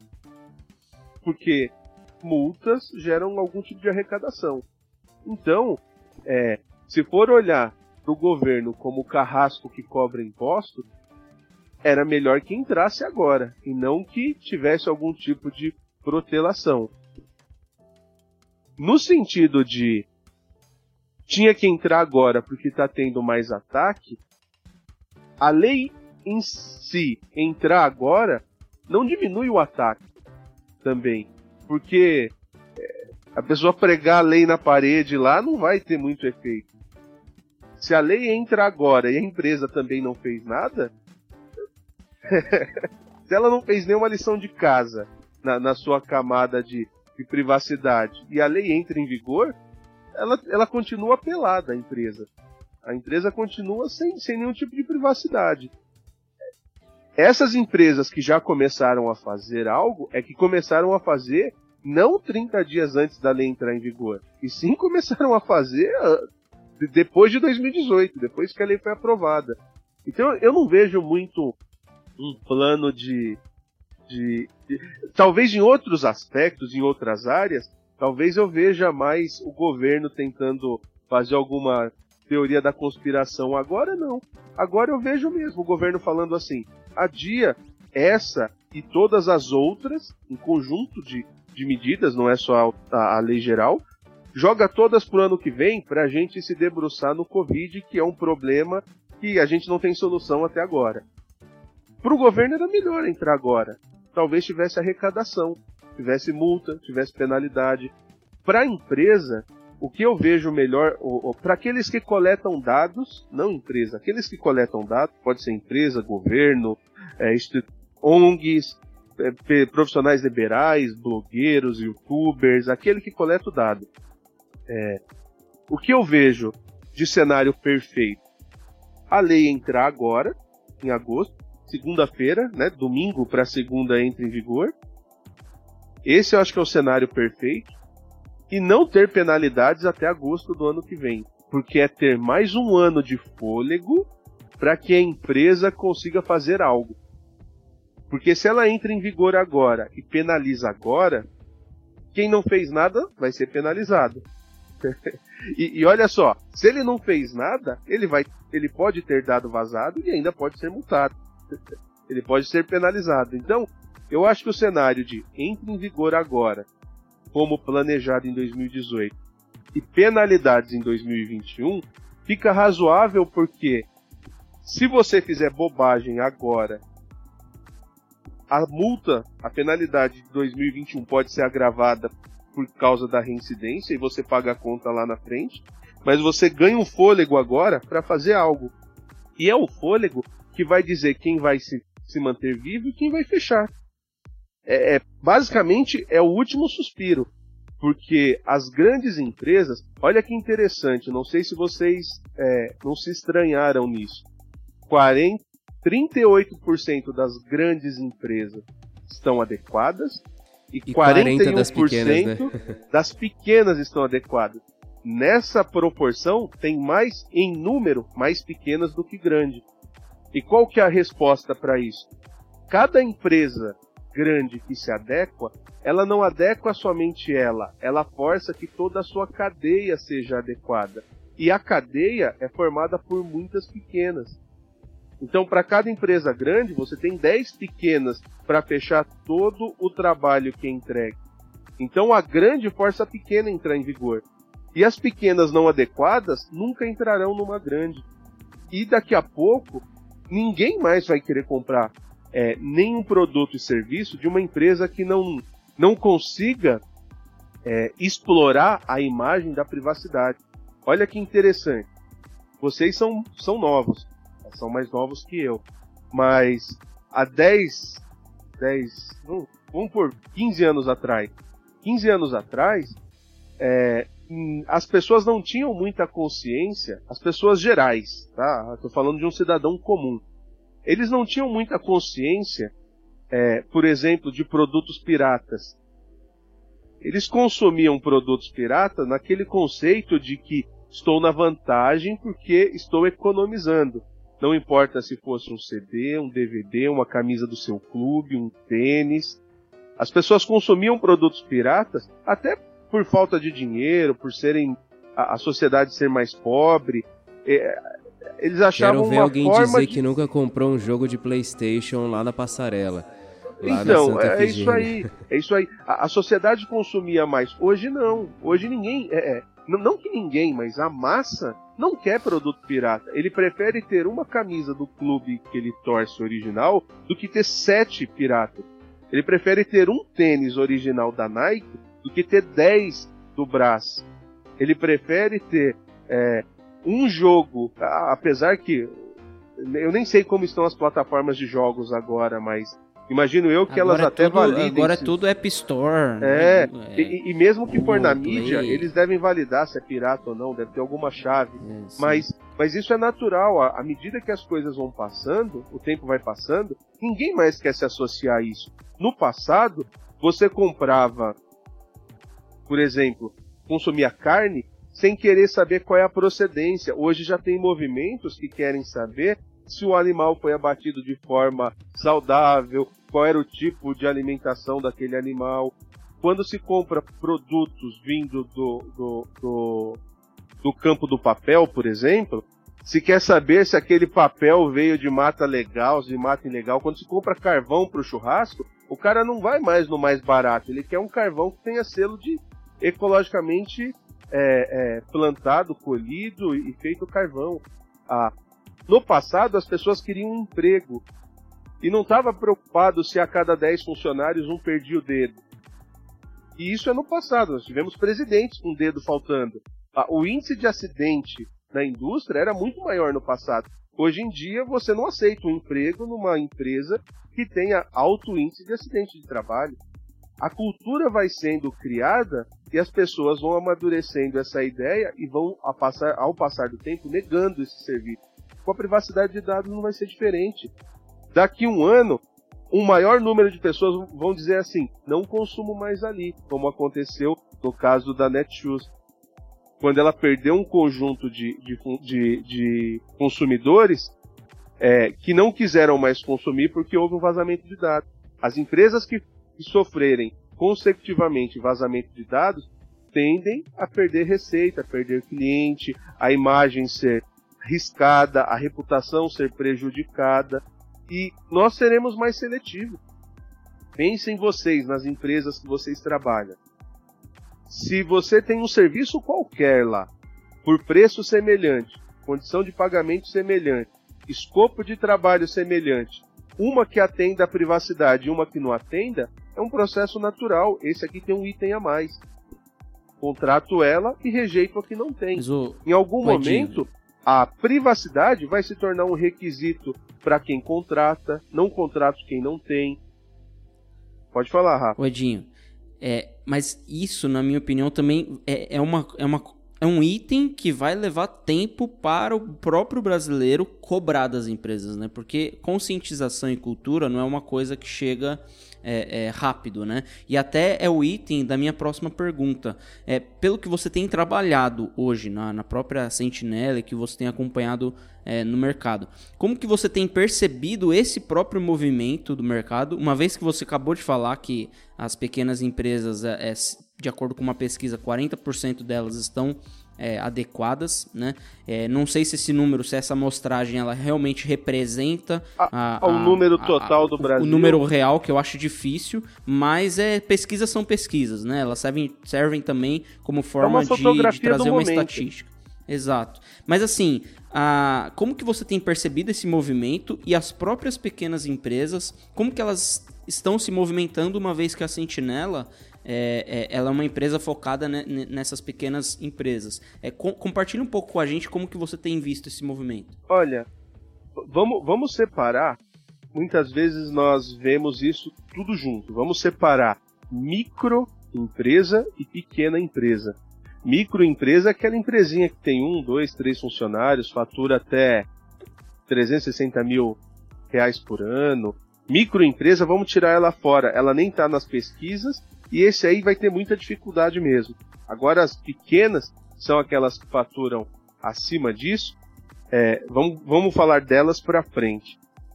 Porque multas geram algum tipo de arrecadação. Então, se for olhar do governo como carrasco que cobra imposto, era melhor que entrasse agora, e não que tivesse algum tipo de protelação. No sentido de tinha que entrar agora porque está tendo mais ataque, a lei em si entrar agora não diminui o ataque também, porque a pessoa pregar a lei na parede lá não vai ter muito efeito. Se a lei entra agora e a empresa também não fez nada, se ela não fez nenhuma lição de casa na sua camada de privacidade e a lei entra em vigor, ela continua pelada, a empresa. A empresa continua sem nenhum tipo de privacidade. Essas empresas que já começaram a fazer algo, é que começaram a fazer não 30 dias antes da lei entrar em vigor, e sim começaram a fazer... depois de 2018, depois que a lei foi aprovada. Então eu não vejo muito um plano talvez em outros aspectos, em outras áreas, talvez eu veja mais o governo tentando fazer alguma teoria da conspiração. Agora não. Agora eu vejo mesmo o governo falando assim, adia essa e todas as outras, um conjunto de medidas, não é só a lei geral, joga todas pro ano que vem pra gente se debruçar no Covid, que é um problema que a gente não tem solução até agora. Pro governo era melhor entrar agora. Talvez tivesse arrecadação, tivesse multa, tivesse penalidade. Pra empresa, o que eu vejo melhor, para aqueles que coletam dados, não empresa, aqueles que coletam dados, pode ser empresa, governo, ONGs, profissionais liberais, blogueiros, youtubers, aquele que coleta o dado. O que eu vejo de cenário perfeito? A lei entrar agora, em agosto. segunda-feira, né? Domingo para segunda entra em vigor. Esse eu acho que é o cenário perfeito. E não ter penalidades até agosto do ano que vem. Porque é ter mais um ano de fôlego para que a empresa consiga fazer algo. Porque se ela entra em vigor agora e penaliza agora, quem não fez nada vai ser penalizado. E olha só, se ele não fez nada, ele pode ter dado vazado e ainda pode ser multado. Ele pode ser penalizado. Então, eu acho que o cenário de entre em vigor agora, como planejado em 2018, e penalidades em 2021, fica razoável porque se você fizer bobagem agora, a multa, a penalidade de 2021 pode ser agravada por causa da reincidência e você paga a conta lá na frente, mas você ganha um fôlego agora para fazer algo. E é o fôlego que vai dizer quem vai se manter vivo e quem vai fechar. Basicamente é o último suspiro, porque as grandes empresas, olha que interessante, não sei se vocês não se estranharam nisso, 38% das grandes empresas estão adequadas e 41% das pequenas estão adequadas. Nessa proporção, tem mais, em número, mais pequenas do que grandes. E qual que é a resposta para isso? Cada empresa grande que se adequa, ela não adequa somente ela força que toda a sua cadeia seja adequada. E a cadeia é formada por muitas pequenas. Então, para cada empresa grande, você tem 10 pequenas para fechar todo o trabalho que é entregue. Então, a grande força a pequena a entrar em vigor. E as pequenas não adequadas nunca entrarão numa grande. E daqui a pouco, ninguém mais vai querer comprar nenhum produto e serviço de uma empresa que não consiga explorar a imagem da privacidade. Olha que interessante. Vocês são novos. São mais novos que eu. Mas há vamos por 15 anos atrás. 15 anos atrás, as pessoas não tinham muita consciência, as pessoas gerais, tá? Estou falando de um cidadão comum. Eles não tinham muita consciência, por exemplo, de produtos piratas. Eles consumiam produtos piratas naquele conceito de que estou na vantagem porque estou economizando. Não importa se fosse um CD, um DVD, uma camisa do seu clube, um tênis. As pessoas consumiam produtos piratas até por falta de dinheiro, por serem a sociedade ser mais pobre. Eles achavam Quero ver uma alguém forma dizer que nunca comprou um jogo de PlayStation lá na Passarela. Lá então, na Santa é isso Efigênia. aí. É isso aí. A sociedade consumia mais. Hoje não. Hoje ninguém... Não que ninguém, mas a massa não quer produto pirata. Ele prefere ter uma camisa do clube que ele torce original do que ter 7 piratas. Ele prefere ter um tênis original da Nike do que ter 10 do Brás. Ele prefere ter um jogo, apesar que eu nem sei como estão as plataformas de jogos agora, mas imagino eu que Agora elas até validem. Agora é tudo App Store. E mesmo que for na Play. mídia, eles devem validar se é pirata ou não, deve ter alguma chave. Sim. Mas isso é natural, à medida que as coisas vão passando, o tempo vai passando, ninguém mais quer se associar a isso. No passado, você comprava, por exemplo, consumia carne sem querer saber qual é a procedência. Hoje já tem movimentos que querem saber se o animal foi abatido de forma saudável, qual era o tipo de alimentação daquele animal. Quando se compra produtos vindo do campo do papel, por exemplo, se quer saber se aquele papel veio de mata legal, de mata ilegal. Quando se compra carvão para o churrasco, o cara não vai mais no mais barato, ele quer um carvão que tenha selo de ecologicamente plantado, colhido e feito carvão. No passado, as pessoas queriam um emprego e não estava preocupado se a cada 10 funcionários um perdia o dedo. E isso é no passado, nós tivemos presidentes com o dedo faltando. O índice de acidente na indústria era muito maior no passado. Hoje em dia, você não aceita um emprego numa empresa que tenha alto índice de acidente de trabalho. A cultura vai sendo criada e as pessoas vão amadurecendo essa ideia e vão, ao passar do tempo, negando esse serviço. Com a privacidade de dados não vai ser diferente. Daqui um ano, um maior número de pessoas vão dizer assim, não consumo mais ali, como aconteceu no caso da Netshoes. Quando ela perdeu um conjunto de consumidores que não quiseram mais consumir porque houve um vazamento de dados. As empresas que sofrerem consecutivamente vazamento de dados tendem a perder receita, a perder cliente, a imagem ser riscada, a reputação ser prejudicada, e nós seremos mais seletivos. Pensem vocês nas empresas que vocês trabalham. Se você tem um serviço qualquer lá, por preço semelhante, condição de pagamento semelhante, escopo de trabalho semelhante, uma que atenda a privacidade e uma que não atenda, é um processo natural. Esse aqui tem um item a mais. Contrato ela e rejeito a que não tem. Em algum momento, a privacidade vai se tornar um requisito para quem contrata, não contrato quem não tem. Pode falar, Rafa. Edinho, mas isso, na minha opinião, também é um item que vai levar tempo para o próprio brasileiro cobrar das empresas, né? Porque conscientização e cultura não é uma coisa que chega rápido, né? E até é o item da minha próxima pergunta. Pelo que você tem trabalhado hoje na própria Sentinela e que você tem acompanhado no mercado, como que você tem percebido esse próprio movimento do mercado, uma vez que você acabou de falar que as pequenas empresas, de acordo com uma pesquisa, 40% delas estão adequadas, né? Não sei se esse número, se essa amostragem ela realmente representa o número total do Brasil. O número real, que eu acho difícil, mas pesquisas são pesquisas, né? Elas servem também como forma de trazer uma estatística. Exato. Mas assim, como que você tem percebido esse movimento e as próprias pequenas empresas, como que elas estão se movimentando, uma vez que a Sentinela ela é uma empresa focada nessas pequenas empresas? Compartilhe um pouco com a gente como que você tem visto esse movimento. Olha, vamos separar. Muitas vezes nós vemos isso tudo junto. Vamos separar microempresa e pequena empresa. Microempresa é aquela empresinha que tem 1, 2, 3 funcionários, fatura até R$360 mil por ano. Microempresa, vamos tirar ela fora. Ela nem está nas pesquisas e esse aí vai ter muita dificuldade mesmo. Agora as pequenas são aquelas que faturam acima disso. Vamos falar delas para frente.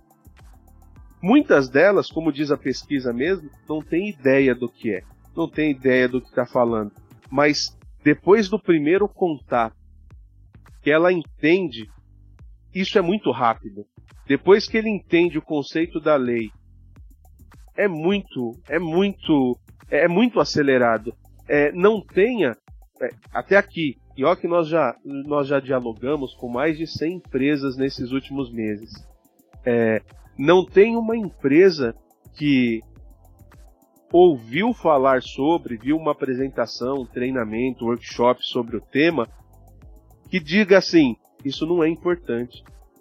Muitas delas, como diz a pesquisa mesmo, não tem ideia do que é. Não tem ideia do que está falando. Mas depois do primeiro contato, que ela entende, isso é muito rápido. Depois que ele entende o conceito da lei, é muito acelerado. Não tenha, até aqui, e olha que nós já dialogamos com mais de 100 empresas nesses últimos meses. Não tem uma empresa que ouviu falar sobre, viu uma apresentação, um treinamento, um workshop sobre o tema, que diga assim, isso não é importante.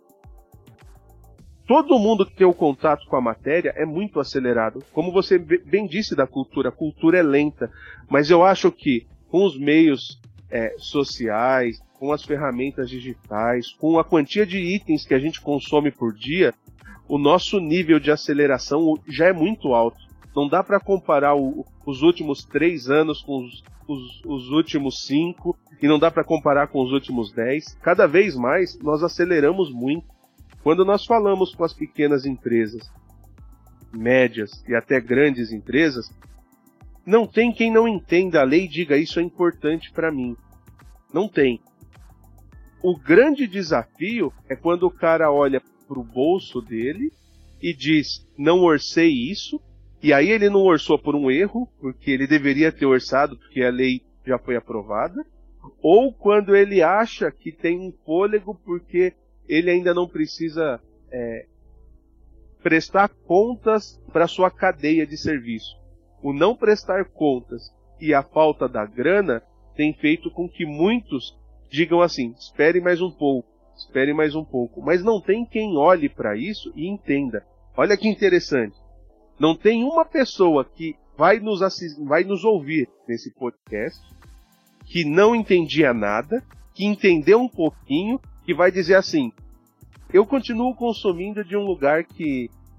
Todo mundo que tem o contato com a matéria é muito acelerado. Como você bem disse da cultura, a cultura é lenta, mas eu acho que com os meios sociais, com as ferramentas digitais, com a quantia de itens que a gente consome por dia, o nosso nível de aceleração já é muito alto. Não dá para comparar os últimos 3 anos com os últimos 5, e não dá para comparar com os últimos 10. Cada vez mais nós aceleramos muito. Quando nós falamos com as pequenas empresas, médias e até grandes empresas, não tem quem não entenda a lei e diga isso é importante para mim. Não tem. O grande desafio é quando o cara olha para o bolso dele e diz, não orcei isso, e aí ele não orçou por um erro, porque ele deveria ter orçado, porque a lei já foi aprovada, ou quando ele acha que tem um fôlego porque ele ainda não precisa prestar contas para sua cadeia de serviço. O não prestar contas e a falta da grana tem feito com que muitos digam assim, espere mais um pouco, mas não tem quem olhe para isso e entenda. Olha que interessante, não tem uma pessoa que vai nos ouvir nesse podcast que não entendia nada, que entendeu um pouquinho, que vai dizer assim, eu continuo consumindo de um lugar que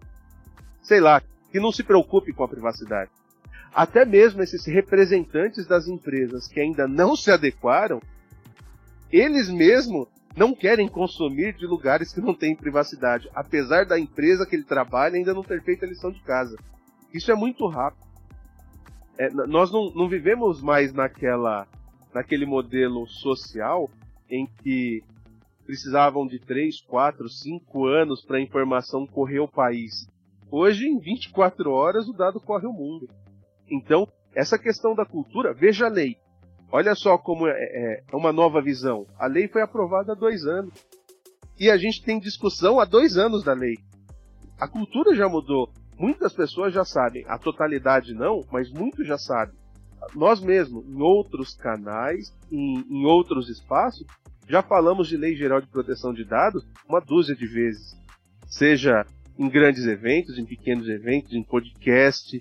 sei lá, que não se preocupe com a privacidade. Até mesmo esses representantes das empresas que ainda não se adequaram, eles mesmos não querem consumir de lugares que não têm privacidade, apesar da empresa que ele trabalha ainda não ter feito a lição de casa. Isso é muito rápido. Nós não vivemos mais naquele modelo social em que precisavam de 3, 4, 5 anos para a informação correr o país. Hoje, em 24 horas, o dado corre o mundo. Então, essa questão da cultura, veja a lei. Olha só como é uma nova visão. A lei foi aprovada há 2 anos. E a gente tem discussão há 2 anos da lei. A cultura já mudou. Muitas pessoas já sabem. A totalidade não, mas muitos já sabem. Nós mesmos, em outros canais, em outros espaços, já falamos de Lei Geral de Proteção de Dados uma dúzia de vezes. Seja em grandes eventos, em pequenos eventos, em podcast,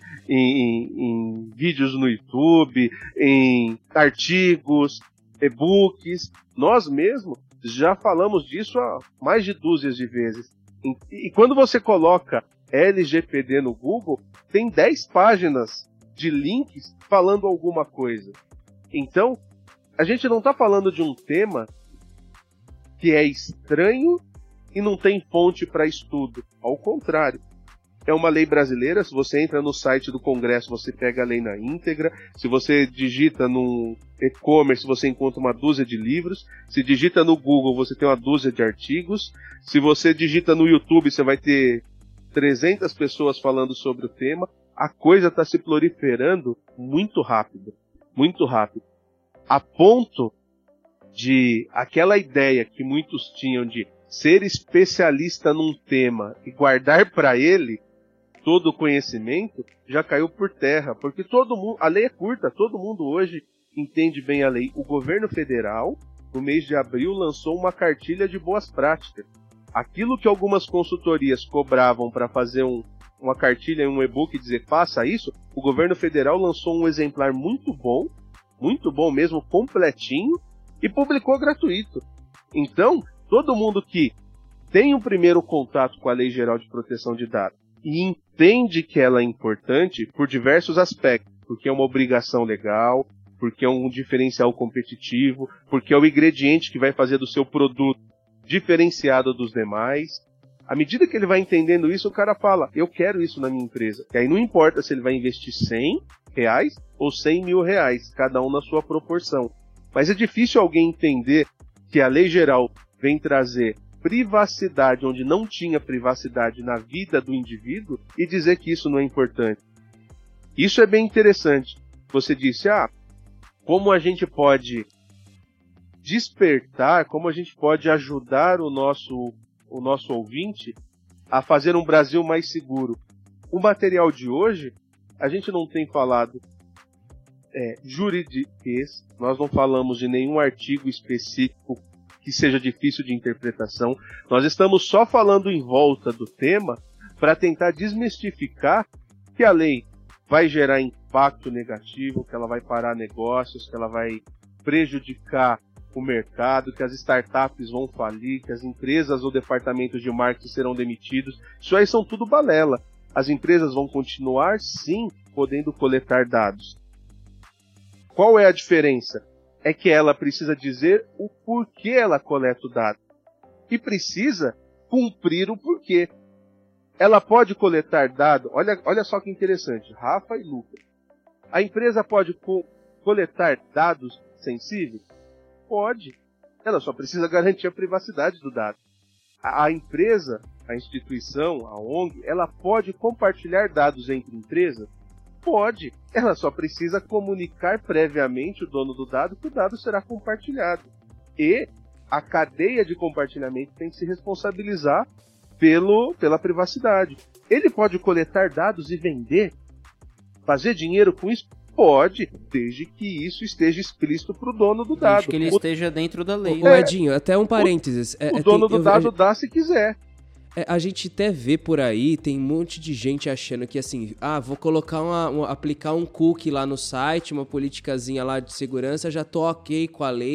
em vídeos no YouTube, em artigos, e-books. Nós mesmos já falamos disso há mais de dúzias de vezes. E quando você coloca LGPD no Google, tem 10 páginas de links falando alguma coisa. Então, a gente não está falando de um tema que é estranho e não tem fonte para estudo. Ao contrário. É uma lei brasileira. Se você entra no site do Congresso, você pega a lei na íntegra. Se você digita no e-commerce, você encontra uma dúzia de livros. Se digita no Google, você tem uma dúzia de artigos. Se você digita no YouTube, você vai ter 300 pessoas falando sobre o tema. A coisa está se proliferando muito rápido. Muito rápido. A ponto de aquela ideia que muitos tinham de ser especialista num tema e guardar para ele todo o conhecimento, já caiu por terra, porque todo mundo, a lei é curta, todo mundo hoje entende bem a lei. O governo federal, no mês de abril, lançou uma cartilha de boas práticas. Aquilo que algumas consultorias cobravam para fazer uma cartilha em um e-book e dizer faça isso, o governo federal lançou um exemplar muito bom mesmo, completinho, e publicou gratuito. Então, todo mundo que tem um primeiro contato com a Lei Geral de Proteção de Dados e entende que ela é importante por diversos aspectos, porque é uma obrigação legal, porque é um diferencial competitivo, porque é o ingrediente que vai fazer do seu produto diferenciado dos demais. À medida que ele vai entendendo isso, o cara fala, eu quero isso na minha empresa. E aí não importa se ele vai investir R$100 ou R$100.000, cada um na sua proporção. Mas é difícil alguém entender que a lei geral vem trazer privacidade onde não tinha privacidade na vida do indivíduo e dizer que isso não é importante. Isso é bem interessante. Você disse, como a gente pode despertar, como a gente pode ajudar o nosso ouvinte a fazer um Brasil mais seguro. O material de hoje, a gente não tem falado juridiquês, nós não falamos de nenhum artigo específico que seja difícil de interpretação, nós estamos só falando em volta do tema para tentar desmistificar que a lei vai gerar impacto negativo, que ela vai parar negócios, que ela vai prejudicar o mercado, que as startups vão falir, que as empresas ou departamentos de marketing serão demitidos. Isso aí são tudo balela. As empresas vão continuar, sim, podendo coletar dados. Qual é a diferença? É que ela precisa dizer o porquê ela coleta o dado. E precisa cumprir o porquê. Ela pode coletar dado, olha só que interessante, Rafa e Lucas. A empresa pode coletar dados sensíveis? Pode. Ela só precisa garantir a privacidade do dado. A empresa, a instituição, a ONG, ela pode compartilhar dados entre empresas? Pode. Ela só precisa comunicar previamente o dono do dado que o dado será compartilhado. E a cadeia de compartilhamento tem que se responsabilizar pela privacidade. Ele pode coletar dados e vender? Fazer dinheiro com isso? Pode, desde que isso esteja explícito para o dono do dado. Desde que ele esteja dentro da lei. Ô Edinho, até um parênteses. O dono do dado dá se quiser. A gente até vê por aí, tem um monte de gente achando que assim, vou colocar aplicar um cookie lá no site, uma politicazinha lá de segurança, já tô ok com a lei,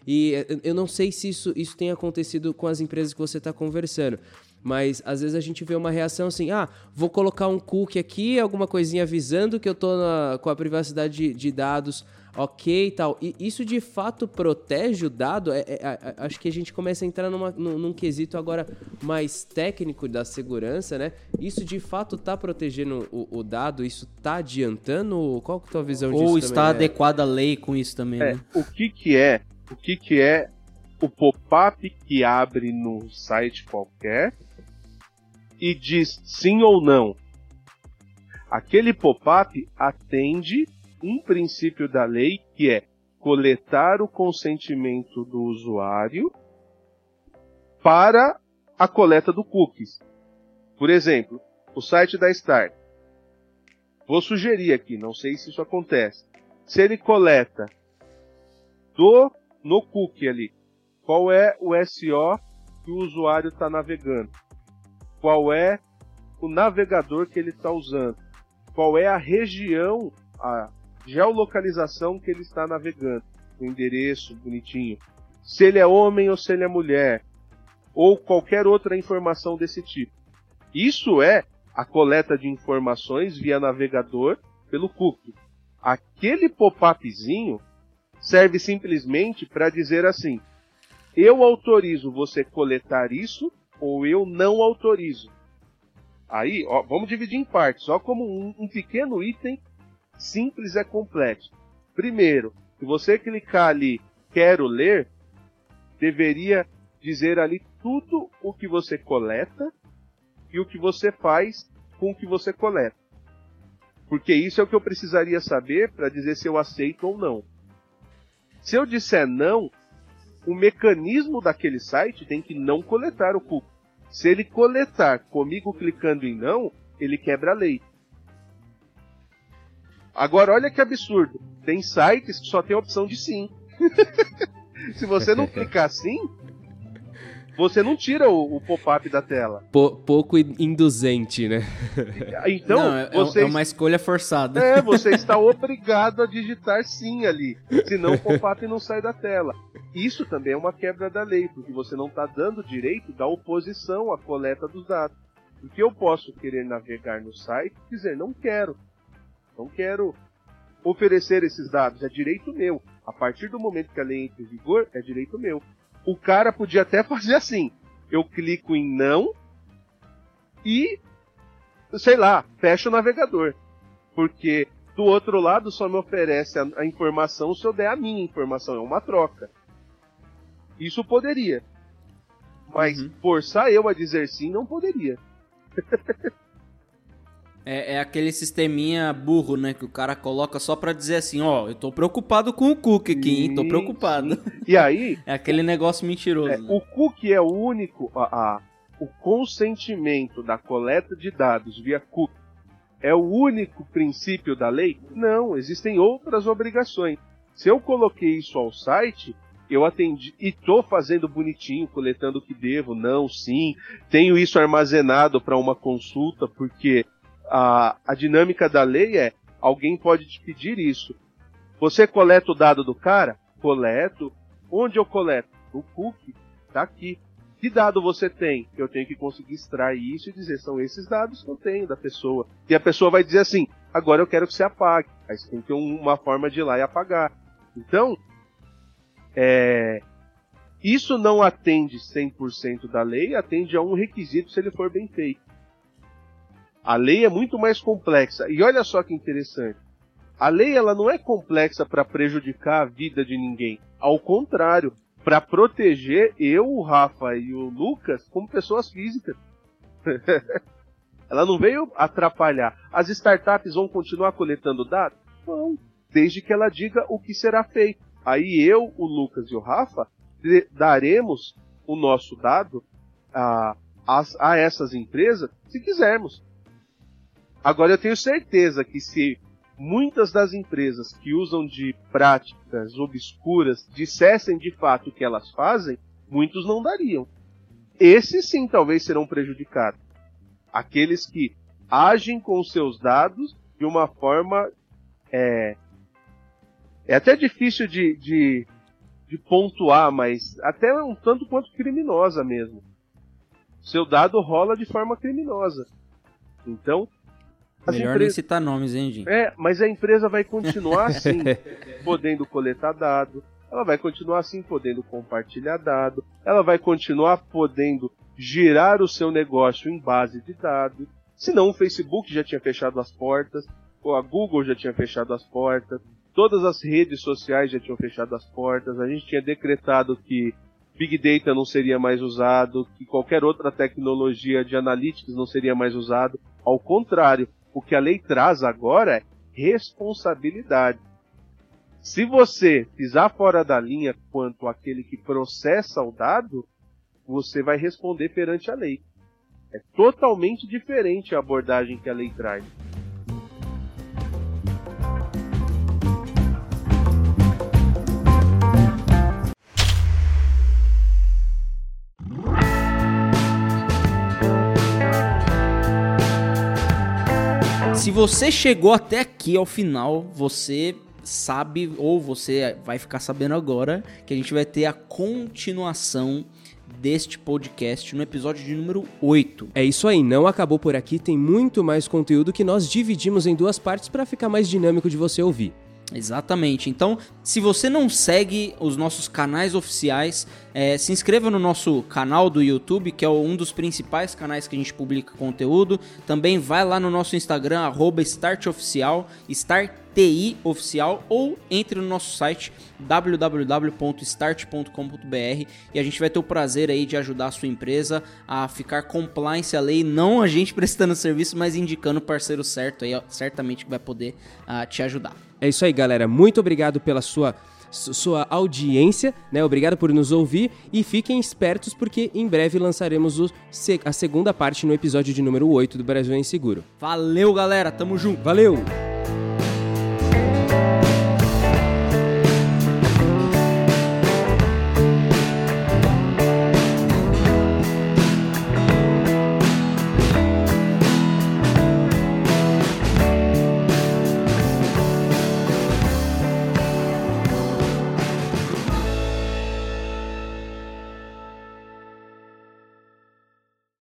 E eu não sei se isso tem acontecido com as empresas que você está conversando, mas às vezes a gente vê uma reação assim, vou colocar um cookie aqui, alguma coisinha avisando que eu tô com a privacidade de dados ok e tal. E isso de fato protege o dado? Acho que a gente começa a entrar num quesito agora mais técnico da segurança, né? Isso de fato tá protegendo o dado? Isso tá adiantando? Qual que é a tua visão disso? Ou está adequada a lei com isso também, né? O que é o pop-up que abre num site qualquer e diz sim ou não? Aquele pop-up atende um princípio da lei que é coletar o consentimento do usuário para a coleta do cookies. Por exemplo, o site da Start. Vou sugerir aqui, não sei se isso acontece. Se ele coleta no cookie ali, qual é o SO que o usuário está navegando? Qual é o navegador que ele está usando? Qual é a região, a geolocalização que ele está navegando, o endereço bonitinho, se ele é homem ou se ele é mulher, ou qualquer outra informação desse tipo. Isso é a coleta de informações via navegador pelo cookie. Aquele pop-upzinho serve simplesmente para dizer assim, eu autorizo você coletar isso ou eu não autorizo. Aí, vamos dividir em partes, só como um pequeno item simples é complexo. Primeiro, se você clicar ali, quero ler, deveria dizer ali tudo o que você coleta e o que você faz com o que você coleta. Porque isso é o que eu precisaria saber para dizer se eu aceito ou não. Se eu disser não, o mecanismo daquele site tem que não coletar o cookie. Se ele coletar comigo clicando em não, ele quebra a lei. Agora, olha que absurdo. Tem sites que só tem a opção de sim. Se você não clicar sim, você não tira o pop-up da tela. Pouco induzente, né? Então, não, é uma escolha forçada. Você está obrigado a digitar sim ali. Senão o pop-up não sai da tela. Isso também é uma quebra da lei, porque você não está dando direito da oposição à coleta dos dados. Porque eu posso querer navegar no site e dizer, não quero oferecer esses dados, é direito meu. A partir do momento que a lei entra em vigor, é direito meu. O cara podia até fazer assim, eu clico em não e, sei lá, fecho o navegador. Porque do outro lado só me oferece a informação se eu der a minha informação, é uma troca. Isso poderia. Mas forçar eu a dizer sim, não poderia. É aquele sisteminha burro, né? Que o cara coloca só pra dizer assim, eu tô preocupado com o cookie aqui, hein? Tô preocupado. Sim. E aí... é aquele negócio mentiroso. Né? O cookie é o único... o consentimento da coleta de dados via cookie é o único princípio da lei? Não, existem outras obrigações. Se eu coloquei isso ao site, eu atendi e tô fazendo bonitinho, coletando o que devo, não, sim. Tenho isso armazenado para uma consulta, porque... A dinâmica da lei é, alguém pode te pedir isso. Você coleta o dado do cara? Coleto. Onde eu coleto? O cookie. Tá aqui. Que dado você tem? Eu tenho que conseguir extrair isso e dizer, são esses dados que eu tenho da pessoa. E a pessoa vai dizer assim, agora eu quero que você apague. Aí você tem que ter uma forma de ir lá e apagar. Então, isso não atende 100% da lei, atende a um requisito se ele for bem feito. A lei é muito mais complexa. E olha só que interessante. A lei ela não é complexa para prejudicar a vida de ninguém. Ao contrário, para proteger eu, o Rafa e o Lucas como pessoas físicas. Ela não veio atrapalhar. As startups vão continuar coletando dados? Não. Desde que ela diga o que será feito. Aí eu, o Lucas e o Rafa daremos o nosso dado a essas empresas se quisermos. Agora eu tenho certeza que se muitas das empresas que usam de práticas obscuras dissessem de fato o que elas fazem, muitos não dariam. Esses sim talvez serão prejudicados. Aqueles que agem com seus dados de uma forma... É até difícil de pontuar, mas até um tanto quanto criminosa mesmo. Seu dado rola de forma criminosa. Então, melhor nem citar nomes, hein, Jim? Mas a empresa vai continuar assim, podendo coletar dado, ela vai continuar assim, podendo compartilhar dado, ela vai continuar podendo girar o seu negócio em base de dados. Senão o Facebook já tinha fechado as portas, ou a Google já tinha fechado as portas, todas as redes sociais já tinham fechado as portas, a gente tinha decretado que Big Data não seria mais usado, que qualquer outra tecnologia de analytics não seria mais usado. Ao contrário, o que a lei traz agora é responsabilidade. Se você pisar fora da linha quanto àquele que processa o dado, você vai responder perante a lei. É totalmente diferente a abordagem que a lei traz. Se você chegou até aqui ao final, você sabe, ou você vai ficar sabendo agora, que a gente vai ter a continuação deste podcast no episódio de número 8. É isso aí, não acabou por aqui, tem muito mais conteúdo que nós dividimos em 2 partes para ficar mais dinâmico de você ouvir. Exatamente, então se você não segue os nossos canais oficiais, se inscreva no nosso canal do YouTube, que é um dos principais canais que a gente publica conteúdo. Também vai lá no nosso Instagram, @startoficial, StartTI oficial, ou entre no nosso site www.start.com.br e a gente vai ter o prazer aí de ajudar a sua empresa a ficar compliance à lei, não a gente prestando serviço, mas indicando o parceiro certo aí, certamente que vai poder te ajudar. É isso aí, galera. Muito obrigado pela sua audiência, né? Obrigado por nos ouvir e fiquem espertos porque em breve lançaremos a segunda parte no episódio de número 8 do Brasil em Seguro. Valeu, galera. Tamo junto. Valeu!